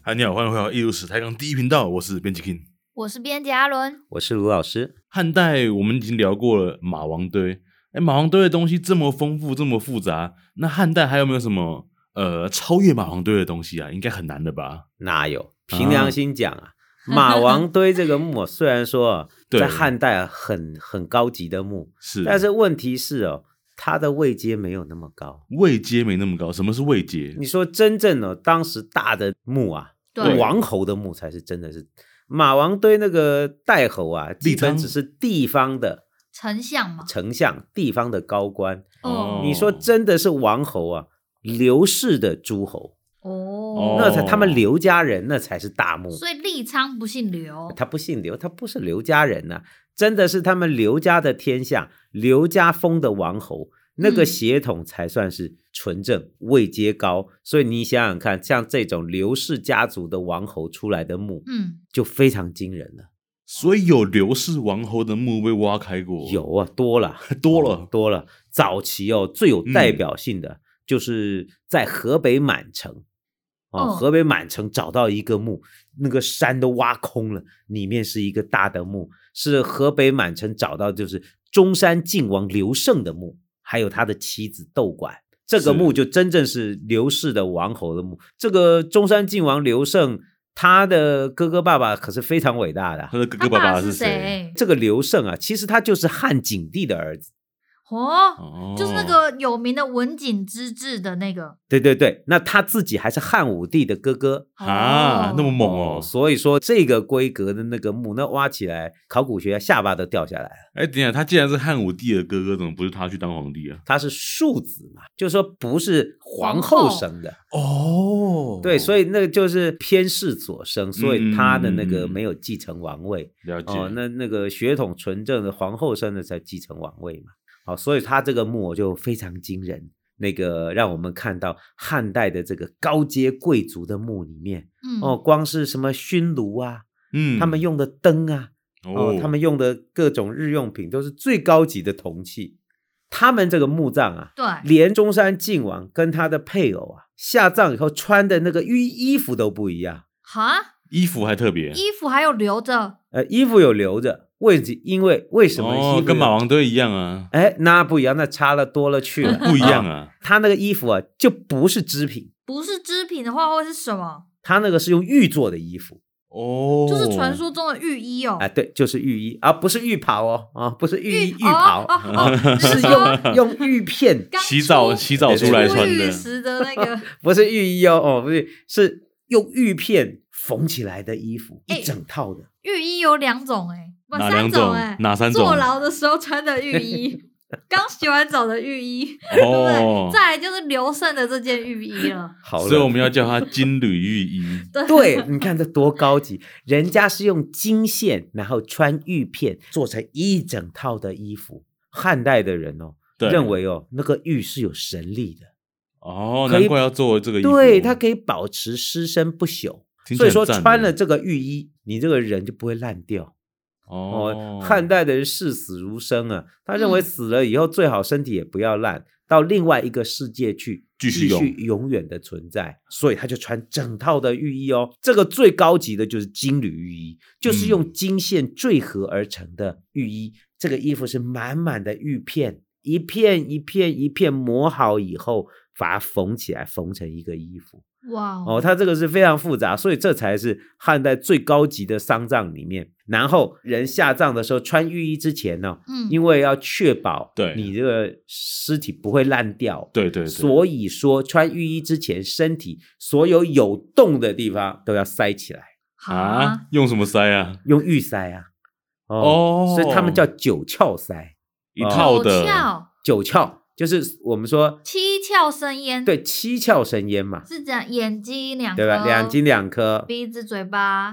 嗨，你好，欢迎回到艺术史抬杠第一频道，我是编辑 King， 我是编辑阿伦， 我是卢老师。 汉代我们已经聊过了马王堆，马王堆的东西这么丰富这么复杂，那汉代还有没有什么超越马王堆的东西啊？应该很难的吧？ 哪有？凭良心讲啊，马王堆这个墓虽然说在汉代很高级的墓， 是， 但是问题是它的位阶没有那么高。 位阶没那么高？什么是位阶？ 你说真正当时大的墓啊，王侯的墓才是真的是。马王堆那个代侯啊，基本只是地方的丞相嘛， 丞相地方的高官。 你说真的是王侯啊，刘氏的诸侯。那才他们刘家人，那才是大墓。 所以利昌不姓刘， 他不姓刘，他不是刘家人啊，真的是他们刘家的天下，刘家封的王侯，那个血统才算是纯正，位阶高。所以你想想看，像这种刘氏家族的王侯出来的墓，就非常惊人了。 所以有刘氏王侯的墓被挖开过？ 有啊，多了多了。早期最有代表性的就是在河北满城。河北满城找到一个墓，那个山都挖空了，里面是一个大的墓，是河北满城找到，就是中山靖王刘胜的墓，还有他的妻子窦管。这个墓就真正是刘氏的王侯的墓。这个中山靖王刘胜，他的哥哥爸爸可是非常伟大的。 他的哥哥爸爸是谁？ 这个刘胜啊，其实他就是汉景帝的儿子。 就是那个有名的文景之治的那个。 对，那他自己还是汉武帝的哥哥啊，那么猛所以说这个规格的那个墓，那挖起来考古学家下巴都掉下来了。 等一下，他既然是汉武帝的哥哥，怎么不是他去当皇帝啊？ 他是庶子嘛，就是说不是皇后生的对，所以那个就是偏室所生，所以他的那个没有继承王位。 了解那个血统纯正的皇后生的才继承王位嘛。所以他这个墓就非常惊人，那个让我们看到汉代的这个高阶贵族的墓里面，光是什么熏炉啊，他们用的灯啊，他们用的各种日用品都是最高级的铜器。他们这个墓葬啊， 对， 连中山靖王跟他的配偶啊下葬以后穿的那个衣服都不一样。 衣服还特别？ 衣服还有留着？ 衣服有留着。因为为什么衣服跟马王堆一样啊？ 那不一样，那差了多了去了。 不一样啊， 他那个衣服啊就不是织品。 不是织品的话会是什么？ 他那个是用玉做的衣服。 就是传说中的浴衣对，就是浴衣不是浴袍不是浴袍是用玉片洗澡出来穿的。 时的那个不是浴衣不是，是用玉片缝起来的衣服，一整套的。 浴衣有2种哪2种？哪3种？ 坐牢的时候穿的浴衣，刚洗完澡的浴衣，对不对？再来就是刘胜的这件浴衣了。 好， 所以我们要叫它金缕浴衣。 对，你看这多高级，人家是用金线，然后穿玉片做成一整套的衣服。汉代的人认为那个玉是有神力的。 难怪要做这个衣服。 对，它可以保持尸身不朽。所以说穿了这个浴衣，你这个人就不会烂掉。汉代的人视死如生啊，他认为死了以后最好身体也不要烂，到另外一个世界去继续永远的存在。所以他就穿整套的浴衣这个最高级的就是金缕浴衣，就是用金线缀合而成的浴衣。这个衣服是满满的玉片，一片一片一片磨好以后把它缝起来，缝成一个衣服。它这个是非常复杂，所以这才是汉代最高级的丧葬里面。然后人下葬的时候穿浴衣之前因为要确保你这个尸体不会烂掉，对，所以说穿浴衣之前身体所有洞的地方都要塞起来。 用什么塞啊？ 用玉塞所以他们叫九窍塞， 一套的九窍。就是我们说七窍生烟。 对，七窍生烟嘛， 是这样，眼睛2颗， 对吧？眼睛2颗， 鼻子嘴巴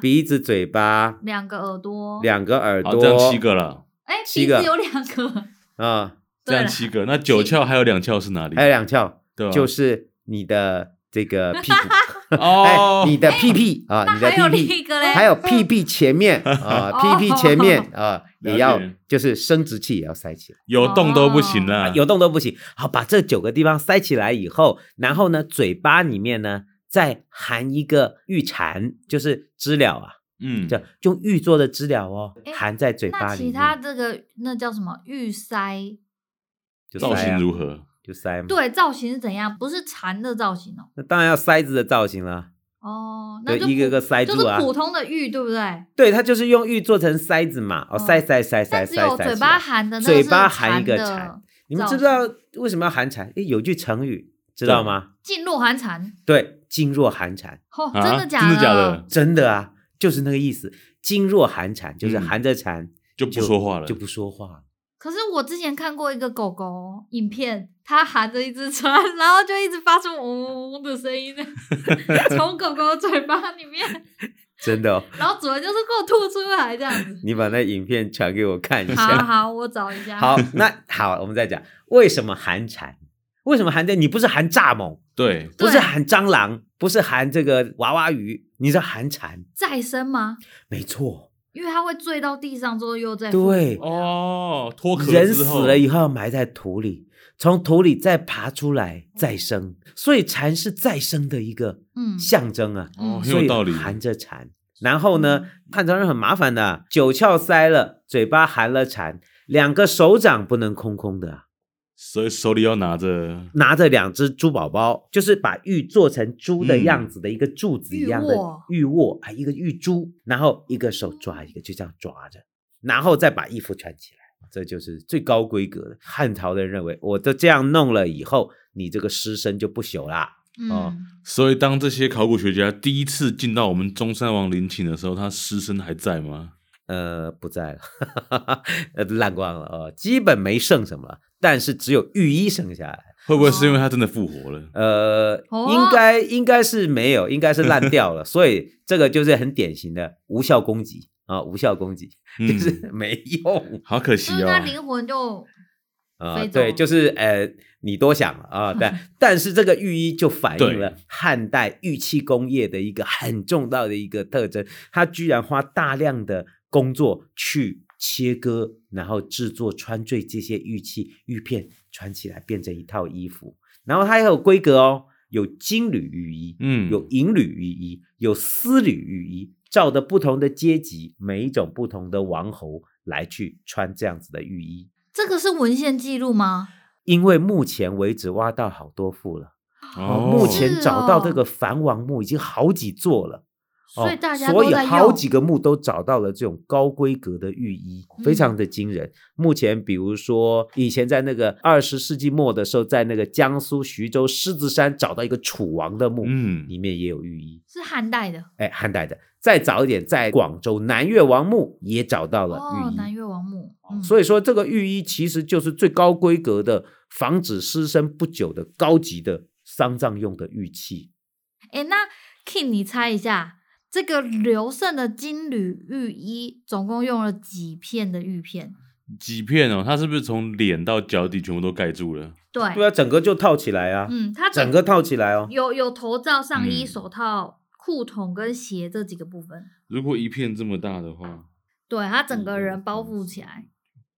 2个耳朵， 这样7个了。 鼻子有2个这样7个。那9窍还有2窍是哪里？ 还有2窍，就是你的这个屁股你的屁屁你的屁屁，还有屁屁前面屁屁前面也要，就是生殖器也要塞起来， 有洞都不行了， 有洞都不行。好，把这9个地方塞起来以后，然后呢，嘴巴里面呢再含一个玉蝉，就是知了啊，就用玉做的知了哦，含在嘴巴里面。 那其他这个那叫什么玉塞？ 造型如何？ 就塞嘛。 对，造型是怎样？不是蝉的造型哦。 那当然要塞子的造型了。 那就一个个塞住啊， 就是普通的玉，对不对？ 对，它就是用玉做成塞子嘛，塞。但只有嘴巴含的那个是含一个蝉。你们知不知道为什么要含蝉？有句成语知道吗？ 噤若寒蝉。 对，噤若寒蝉。 真的假的？ 真的假的？ 真的啊，就是那个意思。噤若寒蝉就是含着蝉就不说话了， 就不说话了。 可是我之前看过一个狗狗影片，它含着一只蝉，然后就一直发出嗡嗡的声音，从狗狗的嘴巴里面。 真的哦。 然后主人就是给我吐出来这样子。 你把那影片传给我看一下。 好，我找一下。 好，好，我们再讲为什么含蝉？为什么含你不是含蚱蜢？ 对， 不是含蟑螂，不是含这个娃娃鱼，你是含蝉。 再生吗？ 没错。 因为它会坠到地上之后又再复活。 对脱壳之后人死了以后要埋在土里，从土里再爬出来再生，所以蝉是再生的一个象征啊。 很有道理。 所以含着蝉，然后呢，汉朝人很麻烦的，九窍塞了，嘴巴含了蝉，2个手掌不能空空的啊。 所以手里要拿着 2只猪宝宝，就是把玉做成猪的样子的一个柱子一样的玉握，一个玉珠，然后一个手抓一个，就这样抓着，然后再把衣服穿起来，这就是最高规格的。汉朝的人认为，我都这样弄了以后，你这个尸身就不朽啦。 所以当这些考古学家第一次进到我们中山王陵寝的时候，他尸身还在吗？ 不在了，烂光了基本没剩什么了，但是只有御医剩下来。 会不会是因为他真的复活了？ 应该是没有，应该是烂掉了。所以这个就是很典型的无效攻击啊，无效攻击就是没用， 好可惜哦。 就是他灵魂就飞走对，就是你多想了啊。对，但是这个御医就反映了汉代玉器工业的一个很重要的一个特征，他居然花大量的工作去切割，然后制作穿坠这些玉器玉片，穿起来变成一套衣服。然后它还有规格哦，有金缕玉衣，有银缕玉衣，有丝缕玉衣，照着不同的阶级，每一种不同的王侯来去穿这样子的玉衣。 这个是文献记录吗？ 因为目前为止挖到好多副了，目前找到这个樊王墓已经好几座了。 所以大家都在用， 所以好几个墓都找到了这种高规格的玉衣，非常的惊人。目前比如说以前在那个20世纪末的时候，在那个江苏徐州狮子山找到一个楚王的墓，里面也有玉衣， 是汉代的。 汉代的。再早一点，在广州南越王墓也找到了玉衣。 南越王墓。 所以说这个玉衣其实就是最高规格的防止尸身不久的高级的丧葬用的玉器。 那 King 你猜一下，这个刘胜的金缕玉衣总共用了几片的玉片？ 几片哦？他是不是从脸到脚底全部都盖住了？ 对啊，整个就套起来啊。 它整个套起来哦。 有头罩、上衣、手套、裤筒跟鞋这几个部分。 如果一片这么大的话， 对，他整个人包覆起来。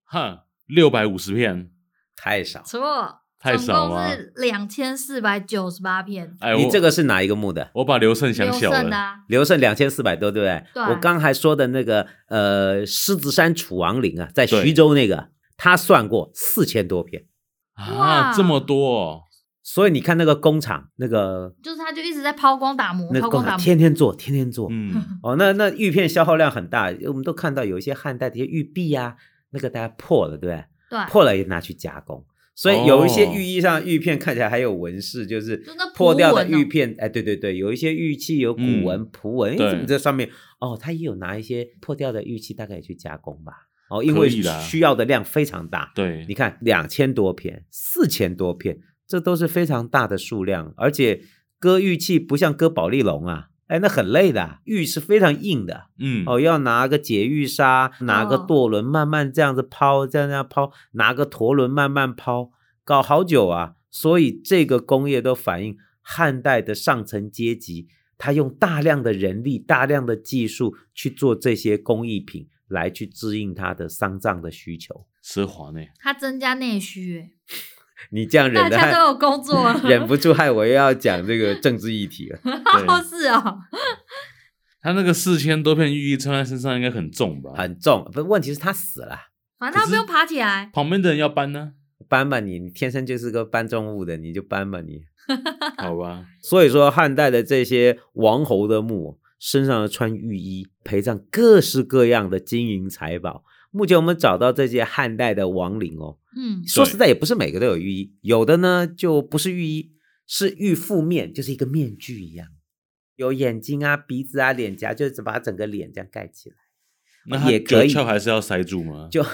650片， 太少。 错。 太少吗？ 总共是2498片。 你这个是哪一个墓的？ 我把刘胜想小了。 刘胜2400多，对不对？ 对。 我刚还说的那个狮子山楚王陵啊，在徐州那个，他算过4000多片啊，这么多哦。 所以你看那个工厂，那个就是他就一直在抛光打磨， 那个工厂天天做。那玉片消耗量很大，我们都看到有一些汉代的玉璧啊，那个大家破了，对不对？ 对， 破了也拿去加工。所以有一些玉衣上玉片看起来还有纹饰，就是破掉的玉片。对，有一些玉器有古纹、蒲纹，怎么这上面他也有拿一些破掉的玉器，大概也去加工吧。因为需要的量非常大。 对， 你看2000多片、4000多片，这都是非常大的数量，而且割玉器不像割保丽龙啊。那很累的，玉是非常硬的，要拿个解玉砂，拿个舵轮慢慢这样子抛，这样抛，拿个陀轮慢慢抛，搞好久啊。所以这个工业都反映汉代的上层阶级，他用大量的人力、大量的技术去做这些工艺品，来去支应他的丧葬的需求。 奢华呢？ 他增加内需你这样忍大家都有工作了忍不住害我又要讲这个政治议题了。 是哦。 他那个4000多片寓意穿在身上应该很重吧？ 很重，不是问题是他死了， 反正他不用爬起来， 旁边的人要搬呢。 搬吧你天生就是个搬重物的，你就搬吧你。 好吧。 所以说汉代的这些王侯的墓身上穿御衣，陪葬各式各样的金银财宝。目前我们找到这些汉代的王陵说实在也不是每个都有御衣，有的呢就不是御衣，是御覆面，就是一个面具一样，有眼睛啊、鼻子啊、脸颊，就是把整个脸这样盖起来。 那也可以，9窍还是要塞住吗？ 就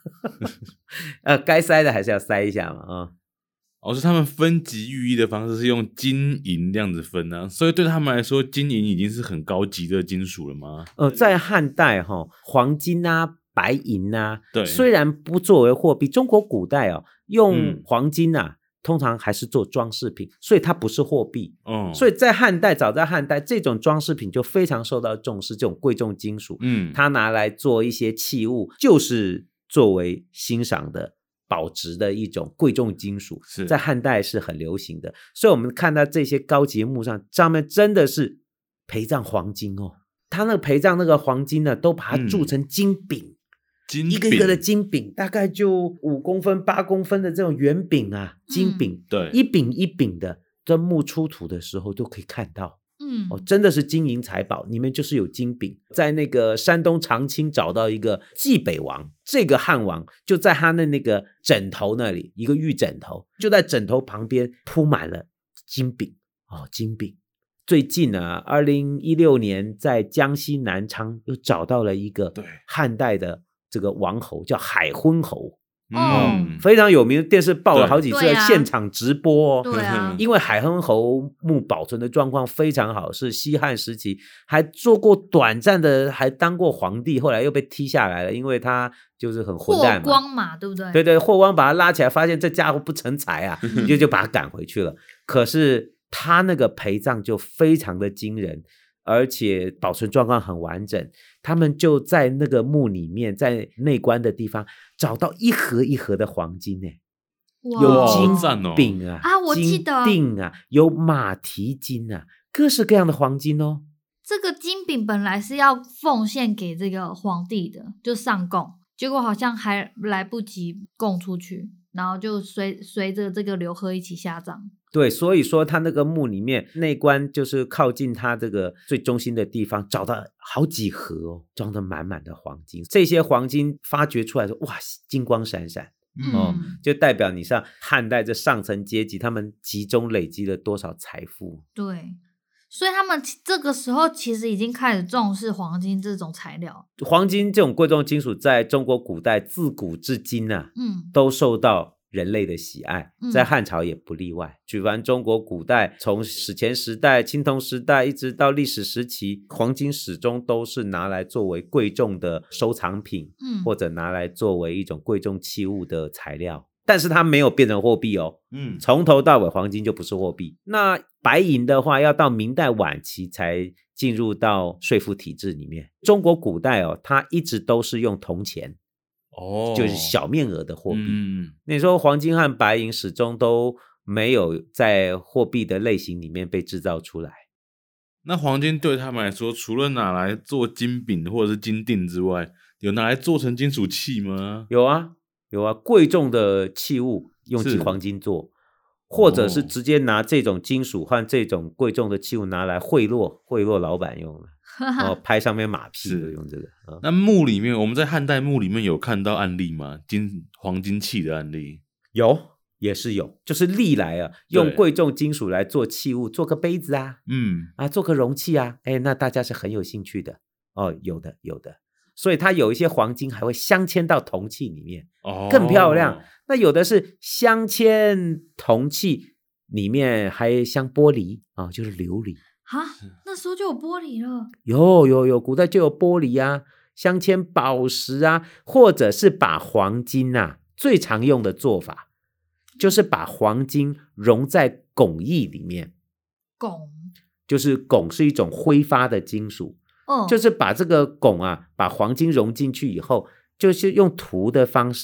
该塞的还是要塞一下嘛是他们分级寓意的方式是用金银这样子分啊，所以对他们来说，金银已经是很高级的金属了吗？ 在汉代黄金啊、白银啊， 对， 虽然不作为货币，中国古代用黄金啊。通常还是做装饰品，所以它不是货币。所以在汉代，早在汉代，这种装饰品就非常受到重视，这种贵重金属，它拿来做一些器物，就是作为欣赏的保值的一种贵重金属，在汉代是很流行的。所以我们看到这些高级墓上面真的是陪葬黄金它那个陪葬那个黄金呢，都把它铸成金饼。一个一个的金饼，大概就5公分、8公分的这种圆饼啊，金饼， 对， 一饼一饼的，在墓出土的时候都可以看到，真的是金银财宝，里面就是有金饼。在那个山东长清找到一个济北王，这个汉王就在他的那个枕头那里，一个玉枕头，就在枕头旁边铺满了金饼金饼。最近啊，2016年在江西南昌又找到了一个汉代的这个王侯，叫海昏侯，非常有名，电视报了好几次现场直播对啊， 因为海昏侯墓保存的状况非常好，是西汉时期，还做过短暂的，还当过皇帝，后来又被踢下来了，因为他就是很混蛋嘛， 霍光嘛，对不对？ 对对，霍光把他拉起来，发现这家伙不成才啊，就把他赶回去了。可是他那个陪葬就非常的惊人，而且保存状况很完整，他们就在那个墓里面，在内棺的地方找到一盒一盒的黄金有金饼啊， 我记得金锭啊，有马蹄金啊，各式各样的黄金这个金饼本来是要奉献给这个皇帝的，就上供，结果好像还来不及供出去，然后就随着这个刘贺一起下葬。 对，所以说他那个墓里面内棺就是靠近他这个最中心的地方，找到好几盒装得满满的黄金。这些黄金发掘出来的哇，金光闪闪就代表你像汉代这上层阶级，他们集中累积了多少财富。 对，所以他们这个时候其实已经开始重视黄金这种材料。 黄金这种贵重金属在中国古代自古至今都受到人类的喜爱，在汉朝也不例外。举凡中国古代，从史前时代、青铜时代一直到历史时期，黄金始终都是拿来作为贵重的收藏品，或者拿来作为一种贵重器物的材料。但是它没有变成货币从头到尾黄金就不是货币。那白银的话，要到明代晚期才进入到税赋体制里面。中国古代它一直都是用铜钱。就是小面额的货币。那时候黄金和白银始终都没有在货币的类型里面被制造出来。 那黄金对他们来说，除了拿来做金饼或者是金锭之外，有拿来做成金属器吗？ 有啊，贵重的器物用黄金做，或者是直接拿这种金属和这种贵重的器物拿来贿赂老板用的。拍上面马屁的用这个。 那墓里面，我们在汉代墓里面有看到案例吗？黄金器的案例有，也是有，就是历来用贵重金属来做器物，做个杯子做个容器那大家是很有兴趣的有的。所以它有一些黄金还会镶嵌到铜器里面，更漂亮。那有的是镶嵌铜器里面还镶玻璃就是琉璃。 那时候就有玻璃了？ 有，古代就有玻璃镶嵌宝石或者是把黄金最常用的做法就是把黄金融在汞液里面。就是汞是一种挥发的金属，就是把这个汞把黄金融进去以后，就是用涂的方式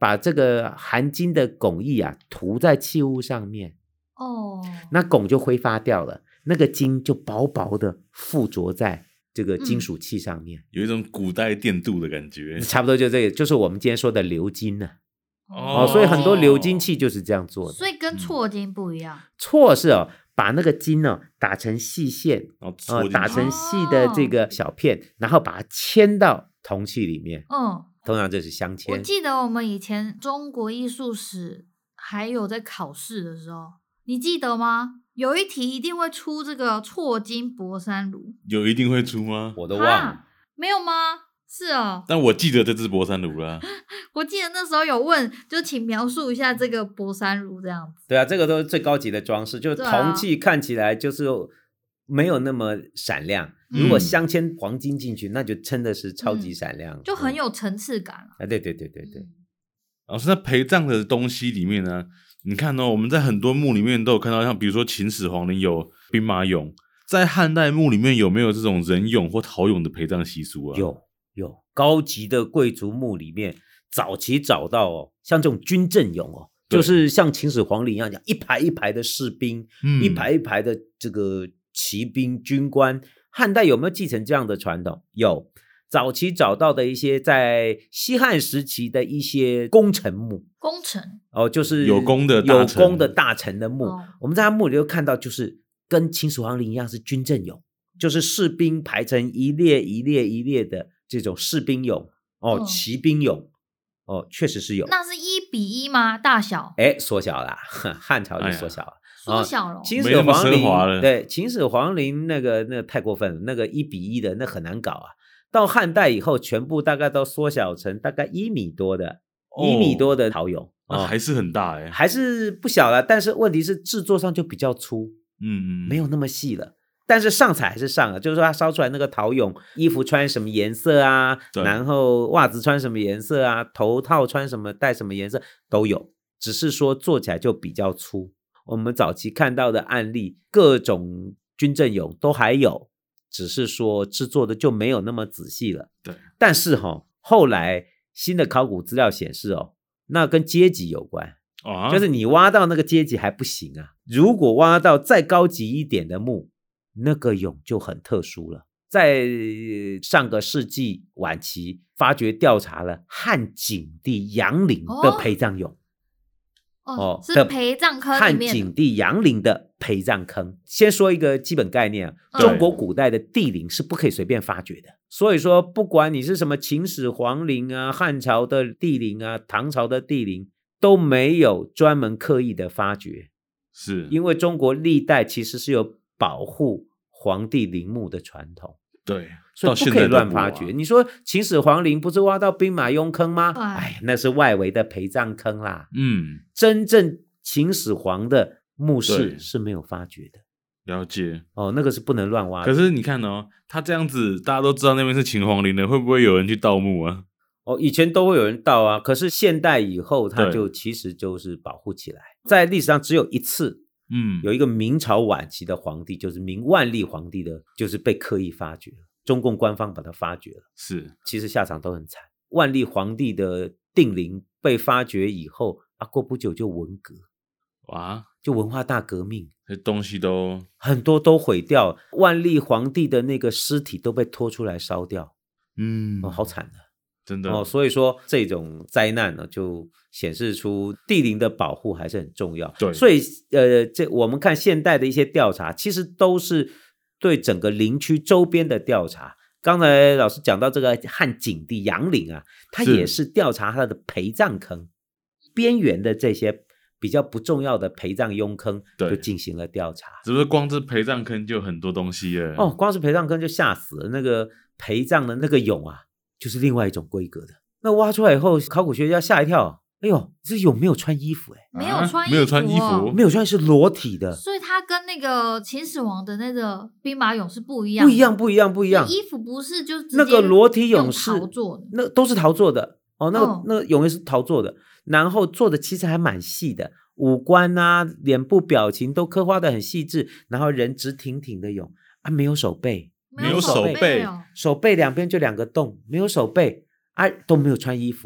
把这个含金的汞液啊涂在器物上面，那汞就挥发掉了，那个金就薄薄的附着在这个金属器上面， 有一种古代电镀的感觉， 差不多就这个，就是我们今天说的鎏金呢。所以很多鎏金器就是这样做的， 所以跟错金不一样。 错是把那个金打成细线，打成细的这个小片，然后把它嵌到铜器里面。通常这是镶嵌。 我记得我们以前中国艺术史还有在考试的时候，你记得吗？有一题一定会出这个错金博山炉。 有一定会出吗？ 我都忘了。 没有吗？是但我记得这只博山炉啦。 我记得那时候有问，就请描述一下这个博山炉这样子。 对啊，这个都是最高级的装饰，就是铜器看起来就是没有那么闪亮，如果镶嵌黄金进去，那就真的是超级闪亮， 就很有层次感了。 对。 老师，在陪葬的东西里面呢，你看我们在很多墓里面都有看到，像比如说秦始皇陵有兵马俑，在汉代墓里面有没有这种人俑或陶俑的陪葬习俗啊？ 有，高级的贵族墓里面早期找到像这种军阵俑就是像秦始皇陵一样讲，一排一排的士兵，一排一排的这个骑兵军官。汉代有没有继承这样的传统？有，早期找到的一些在西汉时期的一些功臣墓，就是有功的大臣的墓，我们在他墓里就看到，就是跟秦始皇陵一样是军阵俑，就是士兵排成一列一列一列的这种士兵俑骑兵俑确实是有。 那是1:1吗？大小？ 缩小了，汉朝就缩小了。 缩小了， 秦始皇陵对秦始皇陵那个太过分了，那个1:1的那很难搞啊。到汉代以后，全部大概都缩小成大概1米多的陶俑， 还是很大还是不小了。但是问题是制作上就比较粗，没有那么细了。但是上彩还是上了，就是说他烧出来那个陶俑，衣服穿什么颜色啊，然后袜子穿什么颜色啊，头套穿什么戴什么颜色都有，只是说做起来就比较粗。我们早期看到的案例，各种军阵俑都还有，只是说制作的就没有那么仔细了。 对， 但是后来新的考古资料显示那跟阶级有关，就是你挖到那个阶级还不行啊，如果挖到再高级一点的墓，那个俑就很特殊了。在上个世纪晚期发掘调查了汉景帝杨陵的陪葬俑。 是陪葬坑里面汉景帝杨陵的陪葬坑。先说一个基本概念中国古代的帝陵是不可以随便发掘的，所以说不管你是什么秦始皇陵啊、汉朝的帝陵啊、唐朝的帝陵，都没有专门刻意的发掘， 是因为中国历代其实是有保护皇帝陵墓的传统。 对， 所以不可以乱发掘。你说秦始皇陵不是挖到兵马俑坑吗？那是外围的陪葬坑啦。真正秦始皇的墓室是没有发掘的。 了解。 那个是不能乱挖的。 可是你看他这样子，大家都知道那边是秦皇陵的，会不会有人去盗墓啊？ 以前都会有人盗啊，可是现代以后，它就其实就是保护起来。在历史上只有一次。有一个明朝晚期的皇帝，就是明万历皇帝的，就是被刻意发掘了，中共官方把它发掘了，其实下场都很惨。万历皇帝的定陵被发掘以后过不久就文革，就文化大革命， 这东西都很多都毁掉，万历皇帝的那个尸体都被拖出来烧掉，好惨的。 真的所以说这种灾难呢，就显示出帝陵的保护还是很重要。 对， 所以我们看现代的一些调查，其实都是对整个陵区周边的调查。刚才老师讲到这个汉景帝杨陵啊，他也是调查他的陪葬坑边缘的这些比较不重要的陪葬庸坑，就进行了调查。 是不是光是陪葬坑就很多东西了？ 光是陪葬坑就吓死了。那个陪葬的那个俑啊，就是另外一种规格的。那挖出来以后，考古学家吓一跳，哎呦，这俑没有穿衣服没有穿衣服， 没有穿衣服， 没有穿是裸体的， 所以它跟那个秦始皇的那个兵马俑是不一样的， 不一样。 衣服不是就直接那个裸体俑是陶做的， 那都是陶做的那俑也是陶做的，然后做的其实还蛮细的，五官啊、脸部表情都刻画的很细致，然后人直挺挺的俑没有手背， 没有手背， 手背两边就2个洞，没有手背都没有穿衣服。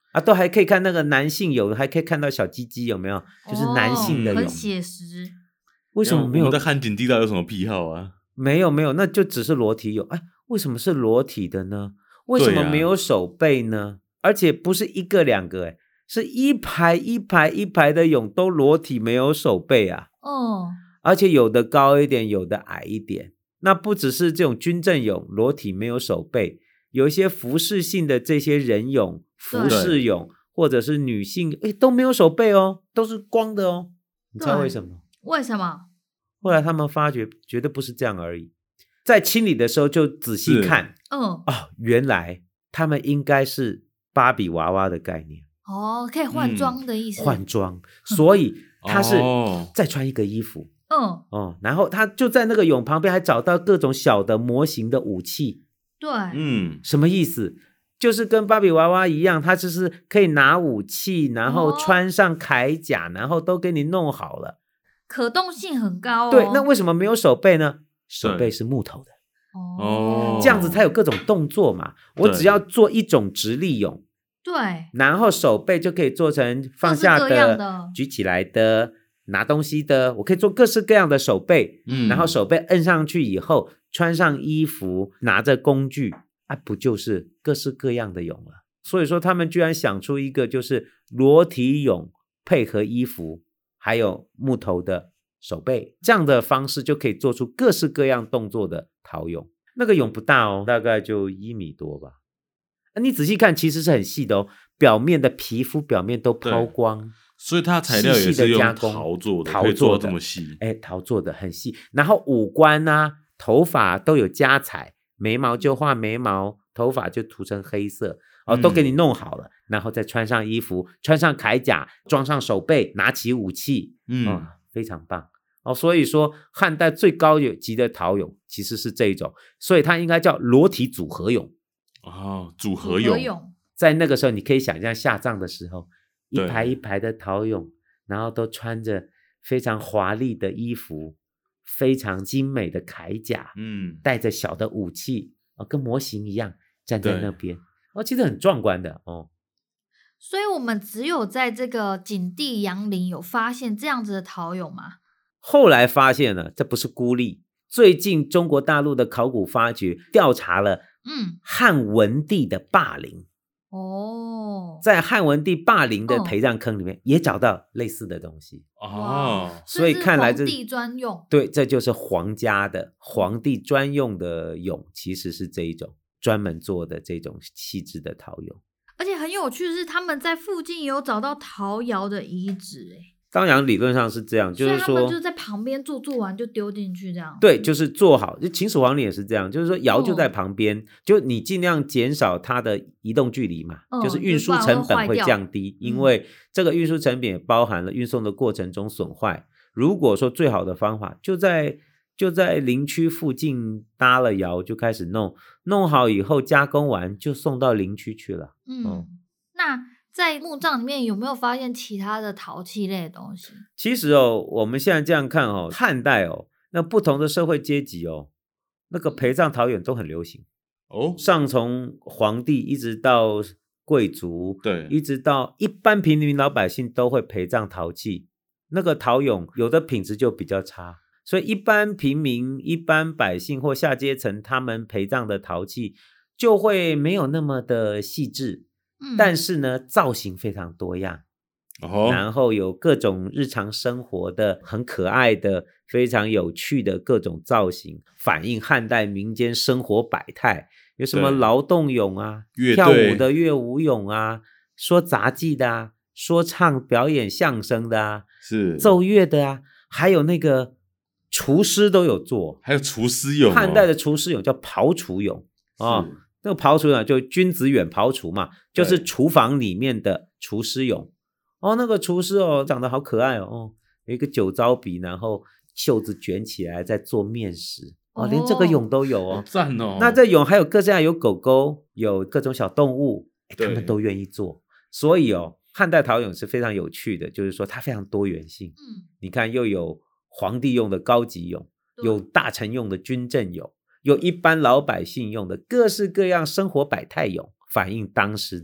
啊，都还可以看那个男性泳，还可以看到小鸡鸡，有没有？就是男性的泳， 很写实。 为什么没有？ 我们在汉景地道有什么癖好啊？ 没有，那就只是裸体泳。哎，为什么是裸体的呢？为什么没有手背呢？而且不是一个两个，是一排一排一排的泳都裸体没有手背啊。而且有的高一点，有的矮一点。那不只是这种军政泳裸体没有手背，有一些服饰性的这些人泳、服饰泳或者是女性都没有手背哦，都是光的哦。你知道为什么？ 为什么？ 后来他们发觉绝对不是这样而已，在清理的时候就仔细看，原来他们应该是芭比娃娃的概念。 可以换装的意思。 换装，所以他是再穿一个衣服。然后他就在那个泳旁边还找到各种小的模型的武器。 对， 什么意思？就是跟芭比娃娃一样，他就是可以拿武器，然后穿上铠甲，然后都给你弄好了， 可动性很高。 对，那为什么没有手背呢？手背是木头的。这样子才有各种动作嘛。我只要做一种直立泳， 对， 然后手背就可以做成放下各式各样的、 举起来的、拿东西的，我可以做各式各样的手背。然后手背摁上去以后，穿上衣服，拿着工具，不就是各式各样的泳了？所以说他们居然想出一个就是裸体泳配合衣服还有木头的手背，这样的方式就可以做出各式各样动作的陶泳。那个泳不大哦，大概就1米多吧。你仔细看其实是很细的哦，表面的皮肤表面都抛光， 所以它材料也是用陶做的，可以做到这么细。 陶做的很细，然后五官啊头发都有加彩，眉毛就画眉毛，头发就涂成黑色都给你弄好了，然后再穿上衣服，穿上铠甲，装上手背，拿起武器，非常棒所以说汉代最高级的陶泳其实是这一种，所以它应该叫裸体组合泳。 组合泳， 在那个时候你可以想象下葬的时候，一排一排的陶泳，然后都穿着非常华丽的衣服，非常精美的铠甲，带着小的武器跟模型一样站在那边其实很壮观的所以我们只有在这个景帝杨陵有发现这样子的陶泳吗？ 后来发现了，这不是孤立，最近中国大陆的考古发掘调查了汉文帝的霸陵在汉文帝霸陵的陪葬坑里面也找到类似的东西所以看来这是皇帝专用。 对，这就是皇家的皇帝专用的泳，其实是这一种专门做的这种细致的陶泳。 而且很有趣的是，他们在附近有找到陶窑的遗址当然理论上是这样，就是说他们就在旁边做完就丢进去这样。 对，就是做好，秦始皇陵也是这样，就是说窑就在旁边就你尽量减少它的移动距离嘛就是运输成本会降低因为这个运输成本也包含了运送的过程中损坏。如果说最好的方法就在陵区附近搭了窑就开始弄好以后加工完就送到陵区去了那在墓葬里面有没有发现其他的陶器类的东西？ 其实我们现在这样看汉代那不同的社会阶级那个陪葬陶泳都很流行上从皇帝一直到贵族， 对， 一直到一般平民老百姓都会陪葬陶器。那个陶泳有的品质就比较差，所以一般平民、一般百姓或下阶层他们陪葬的陶器就会没有那么的细致但是呢造型非常多样然后有各种日常生活的很可爱的非常有趣的各种造型，反映汉代民间生活百态。有什么劳动泳跳舞的乐舞泳说杂技的说唱表演相声的是奏乐的还有那个厨师都有做， 还有厨师泳汉代的厨师泳叫庖厨泳那个庖厨泳就君子远庖厨嘛，就是厨房里面的厨师泳那个厨师长得好可爱有一个酒糟鼻，然后袖子卷起来在做面食连这个泳都有好赞那这泳还有各式各样，有狗狗，有各种小动物他们都愿意做。所以汉代陶泳是非常有趣的，就是说它非常多元性你看又有皇帝用的高级泳，有大臣用的军政泳，有一般老百姓用的各式各样生活百态泳，反映当时的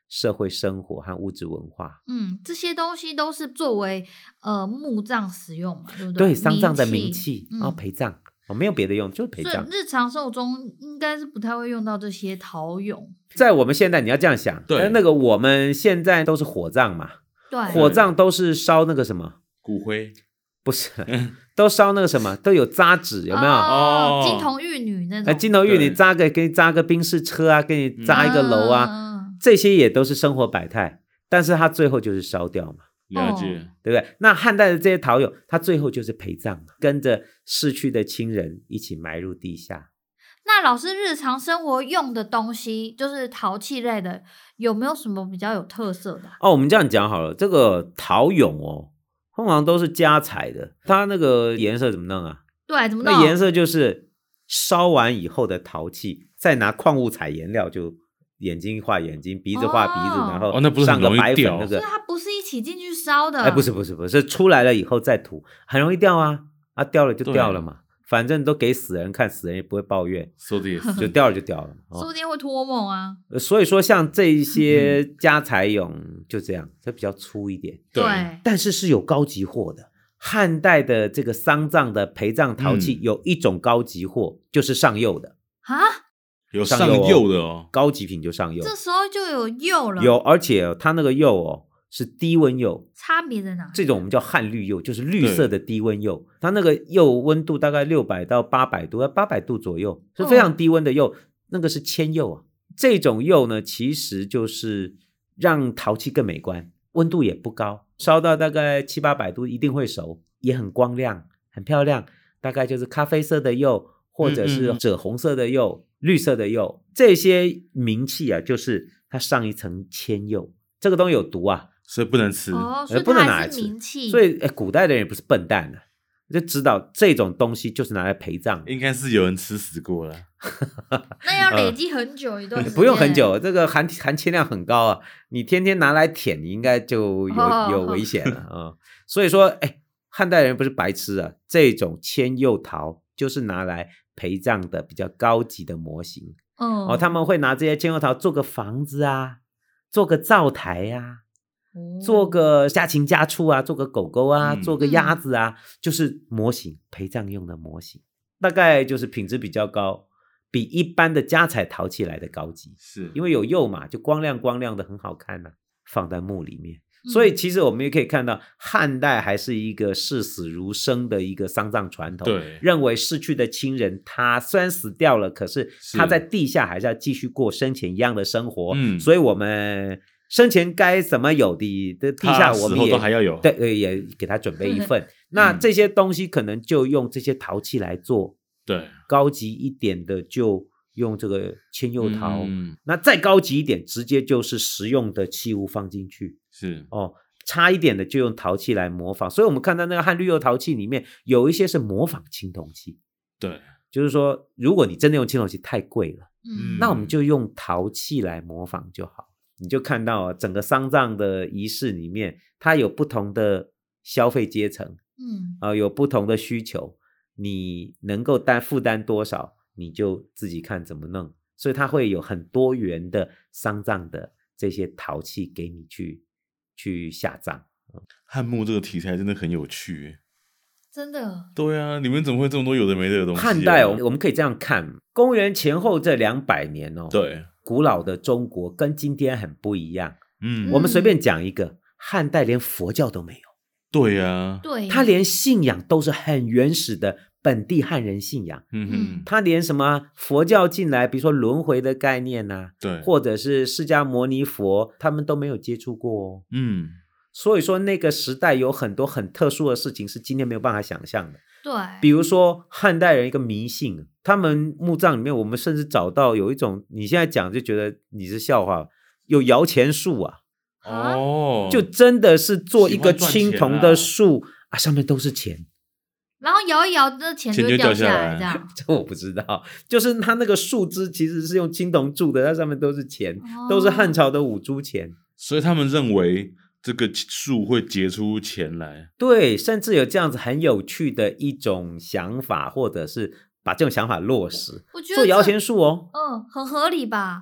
社会生活和物质文化。 这些东西都是作为墓葬使用嘛，对不对？ 对，丧葬的冥器，然后陪葬。没有别的用，就是陪葬。 所以日常生活中应该是不太会用到这些陶俑。 在我们现在你要这样想， 对， 那个我们现在都是火葬嘛， 对， 火葬都是烧那个什么骨灰， 不是，都烧那个什么，都有扎纸，有没有？ 金童玉女那种。 金童玉女给你扎个宾士车啊，给你扎一个楼啊，这些也都是生活百态，但是它最后就是烧掉嘛。 了解， 对不对？那汉代的这些陶俑，它最后就是陪葬，跟着逝去的亲人一起埋入地下。 那老师日常生活用的东西，就是陶器类的，有没有什么比较有特色的？ 我们这样讲好了，这个陶俑通常都是加彩的，它那个颜色怎么弄啊？ 对，怎么弄？ 那颜色就是烧完以后的陶器，再拿矿物彩颜料就。眼睛画眼睛，鼻子画鼻子，然后上个白粉那个， 所以它不是一起进去烧的。 不是，出来了以后再涂，很容易掉啊，掉了就掉了嘛，反正都给死人看，死人也不会抱怨， 说的也是， 就掉了就掉了， 说不定会托梦啊。 所以说像这些家财俑就这样，这比较粗一点， 对， 但是有高级货的。汉代的这个丧葬的陪葬陶器有一种高级货，就是上釉的啊。 有上釉的高级品就上釉， 这时候就有釉了。 有，而且它那个釉是低温釉， 差别在哪？ 这种我们叫汉绿釉，就是绿色的低温釉，它那个釉温度大概600到800度，800度左右，是非常低温的釉，那个是铅釉啊。这种釉呢，其实就是让陶器更美观，温度也不高，烧到大概700-800度一定会熟，也很光亮，很漂亮，大概就是咖啡色的釉，或者是赭红色的釉。绿色的釉，这些冥器啊，就是它上一层铅釉，这个东西有毒啊， 所以不能吃， 所以不能拿来吃。所以古代的人也不是笨蛋啊，就知道这种东西就是拿来陪葬， 应该是有人吃死过了。 那要累积很久一段时间， 不用很久，这个含铅量很高啊，你天天拿来舔，你应该就有危险了啊。所以说，汉代人不是白痴啊，这种铅釉陶就是拿来陪葬的比较高级的模型。他们会拿这些铅釉陶做个房子啊，做个灶台啊，做个家禽家畜啊，做个狗狗啊，做个鸭子啊，就是模型，陪葬用的模型，大概就是品质比较高，比一般的家彩陶器来的高级， 是因为有釉嘛，就光亮的很好看啊，放在墓里面。所以其实我们也可以看到，汉代还是一个视死如生的一个丧葬传统， 对， 认为逝去的亲人他虽然死掉了，可是他在地下还是要继续过生前一样的生活，所以我们生前该怎么有的地下我们也都还要有， 对，也给他准备一份。那这些东西可能就用这些陶器来做， 对， 高级一点的就用这个铅釉陶，那再高级一点，直接就是实用的器物放进去， 是差一点的就用陶器来模仿。所以我们看到那个汉绿釉陶器里面有一些是模仿青铜器， 对， 就是说如果你真的用青铜器太贵了，那我们就用陶器来模仿就好。你就看到整个丧葬的仪式里面，它有不同的消费阶层，有不同的需求，你能够负担多少你就自己看怎么弄，所以它会有很多元的丧葬的这些陶器给你去下葬。 汉墓这个题材真的很有趣， 真的。 对啊，里面怎么会这么多有的没的东西汉代我们可以这样看，公元前后这200年对， 古老的中国跟今天很不一样。我们随便讲一个，汉代连佛教都没有。 对啊， 对， 他连信仰都是很原始的本地汉人信仰，他连什么佛教进来，比如说轮回的概念啊， 对， 或者是释迦牟尼佛，他们都没有接触过所以说那个时代有很多很特殊的事情是今天没有办法想象的。 对， 比如说汉代人一个迷信，他们墓葬里面我们甚至找到有一种，你现在讲就觉得你是笑话，有摇钱树啊，就真的是做一个青铜的树上面都是钱， 然后摇一摇，这钱就会掉下来，这样。 这我不知道，就是它那个树枝其实是用青铜铸的，它上面都是钱，都是汉朝的5铢钱， 所以他们认为这个树会结出钱来。 对，甚至有这样子很有趣的一种想法，或者是把这种想法落实， 我觉得做摇钱树很合理吧。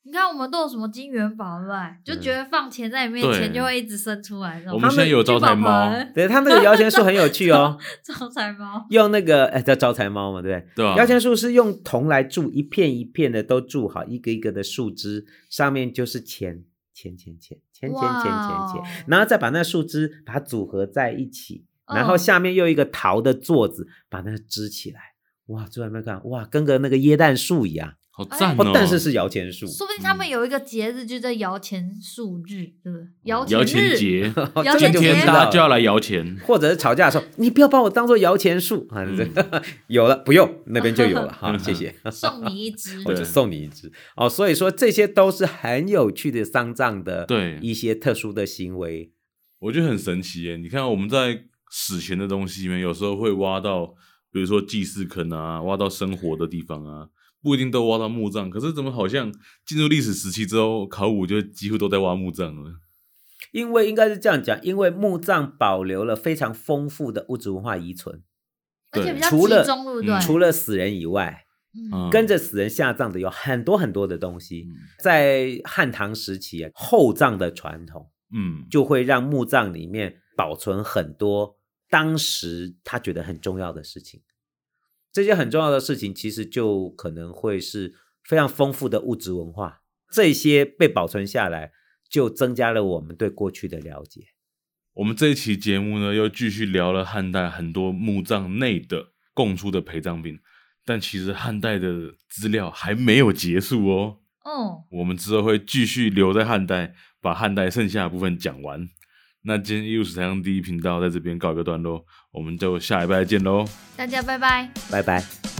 你看我们都有什么金元宝，对不对？就觉得放钱在里面，钱就会一直生出来。 我们现在有招财猫， 对，他那个摇钱树很有趣哦。 招财猫用那个叫招财猫嘛，对不对？ 对啊。 摇钱树是用铜来铸，一片一片的都铸好，一个一个的树枝，上面就是钱，然后再把那树枝把它组合在一起，然后下面又一个陶的座子把那支起来。哇，坐在那边看，哇，跟个那个椰蛋树一样。 好赞哦！ 但是摇钱树， 说不定他们有一个节日就叫摇钱树日，对不对？摇钱节， 今天大家就要来摇钱， 或者是吵架的时候，你不要把我当做摇钱树啊！有了，不用，那边就有了，好，谢谢， 送你一只， 我就送你一只哦。所以说这些都是很有趣的丧葬的一些特殊的行为， 我觉得很神奇耶。你看我们在史前的东西里面，有时候会挖到，比如说祭祀坑啊，挖到生活的地方啊。不一定都挖到墓葬，可是怎么好像进入历史时期之后，考古就几乎都在挖墓葬了？ 因为应该是这样讲，因为墓葬保留了非常丰富的物质文化遗存， 而且比较集中，对不对？ 除了死人以外，跟着死人下葬的有很多很多的东西。在汉唐时期厚葬的传统，就会让墓葬里面保存很多当时他觉得很重要的事情。这些很重要的事情其实就可能会是非常丰富的物质文化，这些被保存下来就增加了我们对过去的了解。 我们这一期节目呢又继续聊了汉代很多墓葬内的供出的陪葬品，但其实汉代的资料还没有结束哦。我们之后会继续留在汉代，把汉代剩下的部分讲完。那今天艺术史台上第一频道在这边告一个段落，我们就下礼拜见咯， 大家拜拜， 拜拜。